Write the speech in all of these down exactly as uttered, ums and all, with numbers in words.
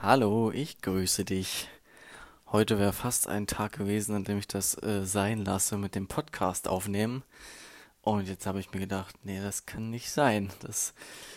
Hallo, ich grüße dich. Heute wäre fast ein Tag gewesen, an dem ich das äh, sein lasse mit dem Podcast aufnehmen. Und jetzt habe ich mir gedacht, nee, das kann nicht sein. Das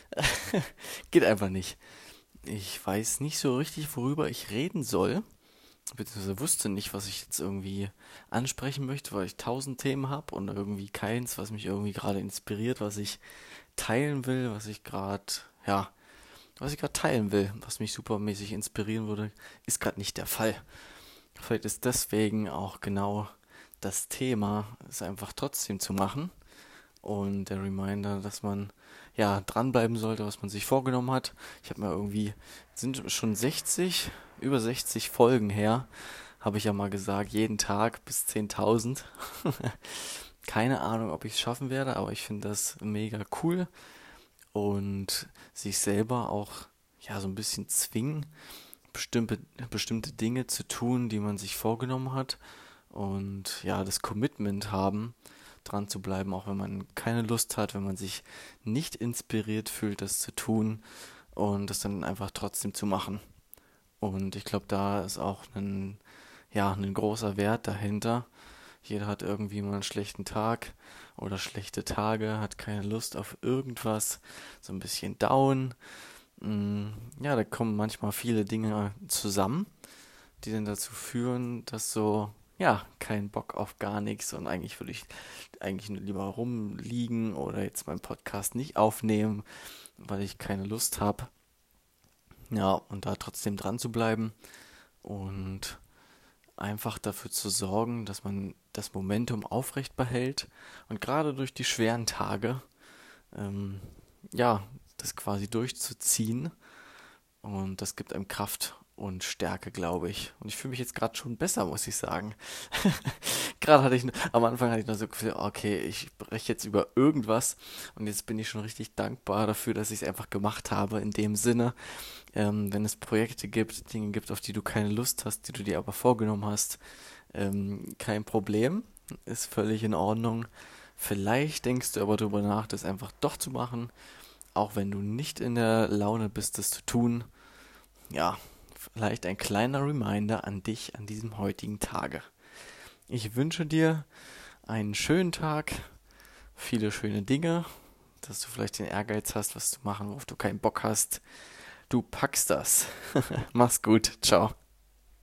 geht einfach nicht. Ich weiß nicht so richtig, worüber ich reden soll. Beziehungsweise wusste nicht, was ich jetzt irgendwie ansprechen möchte, weil ich tausend Themen habe und irgendwie keins, was mich irgendwie gerade inspiriert, was ich teilen will, was ich gerade, ja, was ich gerade teilen will, was mich supermäßig inspirieren würde, ist gerade nicht der Fall. Vielleicht ist deswegen auch genau das Thema, es einfach trotzdem zu machen und der Reminder, dass man ja dranbleiben sollte, was man sich vorgenommen hat. Ich habe mir irgendwie, sind schon sechzig, über sechzig Folgen her, habe ich ja mal gesagt, jeden Tag bis zehntausend. Keine Ahnung, ob ich es schaffen werde, aber ich finde das mega cool und sich selber auch ja so ein bisschen zwingen, bestimmte, bestimmte Dinge zu tun, die man sich vorgenommen hat und ja, das Commitment haben, dran zu bleiben, auch wenn man keine Lust hat, wenn man sich nicht inspiriert fühlt, das zu tun und das dann einfach trotzdem zu machen. Und ich glaube, da ist auch ein, ja, ein großer Wert dahinter. Jeder hat irgendwie mal einen schlechten Tag oder schlechte Tage, hat keine Lust auf irgendwas, so ein bisschen down. Mm, Ja, da kommen manchmal viele Dinge zusammen, die dann dazu führen, dass so, ja, kein Bock auf gar nichts und eigentlich würde ich eigentlich nur lieber rumliegen oder jetzt meinen Podcast nicht aufnehmen, weil ich keine Lust habe. Ja, und da trotzdem dran zu bleiben und einfach dafür zu sorgen, dass man das Momentum aufrecht behält und gerade durch die schweren Tage, ähm, ja, das quasi durchzuziehen. Und das gibt einem Kraft und Stärke, glaube ich. Und ich fühle mich jetzt gerade schon besser, muss ich sagen. Gerade hatte ich, am Anfang hatte ich noch so gefühlt, okay, ich spreche jetzt über irgendwas. Und jetzt bin ich schon richtig dankbar dafür, dass ich es einfach gemacht habe. In dem Sinne, ähm, wenn es Projekte gibt, Dinge gibt, auf die du keine Lust hast, die du dir aber vorgenommen hast, ähm, kein Problem. Ist völlig in Ordnung. Vielleicht denkst du aber darüber nach, das einfach doch zu machen, auch wenn du nicht in der Laune bist, das zu tun. Ja, vielleicht ein kleiner Reminder an dich an diesem heutigen Tage. Ich wünsche dir einen schönen Tag, viele schöne Dinge, dass du vielleicht den Ehrgeiz hast, was zu machen, worauf du keinen Bock hast. Du packst das. Mach's gut. Ciao.